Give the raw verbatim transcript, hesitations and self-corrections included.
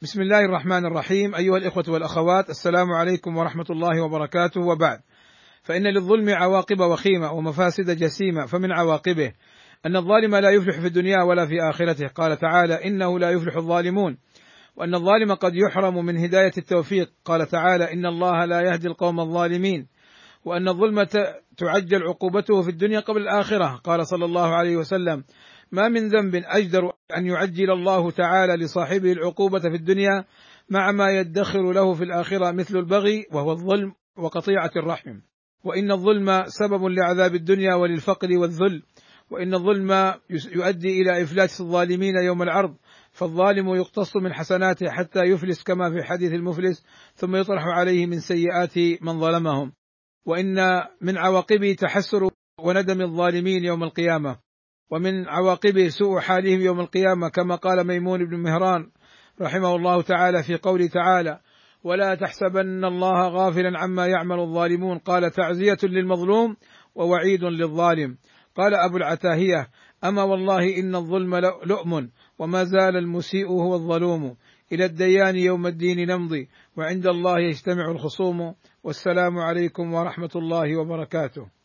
بسم الله الرحمن الرحيم. أيها الإخوة والأخوات، السلام عليكم ورحمة الله وبركاته، وبعد، فإن للظلم عواقب وخيمة ومفاسد جسيمة، فمن عواقبه أن الظالم لا يفلح في الدنيا ولا في آخرته، قال تعالى: إنه لا يفلح الظالمون، وأن الظالم قد يحرم من هداية التوفيق، قال تعالى: إن الله لا يهدي القوم الظالمين، وأن الظلم تعجل عقوبته في الدنيا قبل الآخرة، قال صلى الله عليه وسلم: ما من ذنب أجدر أن يعجل الله تعالى لصاحبه العقوبة في الدنيا مع ما يدخر له في الآخرة مثل البغي، وهو الظلم وقطيعة الرحم. وإن الظلم سبب لعذاب الدنيا وللفقر والذل، وإن الظلم يؤدي إلى إفلاس الظالمين يوم العرض، فالظالم يقتص من حسناته حتى يفلس كما في حديث المفلس، ثم يطرح عليه من سيئات من ظلمهم. وإن من عواقبه تحسر وندم الظالمين يوم القيامة، ومن عواقبه سوء حالهم يوم القيامة، كما قال ميمون بن مهران رحمه الله تعالى في قوله تعالى: ولا تحسبن الله غافلا عما يعمل الظالمون، قال: تعزية للمظلوم ووعيد للظالم. قال أبو العتاهية: أما والله إن الظلم لؤم، وما زال المسيء هو الظلوم، إلى الديان يوم الدين نمضي، وعند الله يجتمع الخصوم. والسلام عليكم ورحمة الله وبركاته.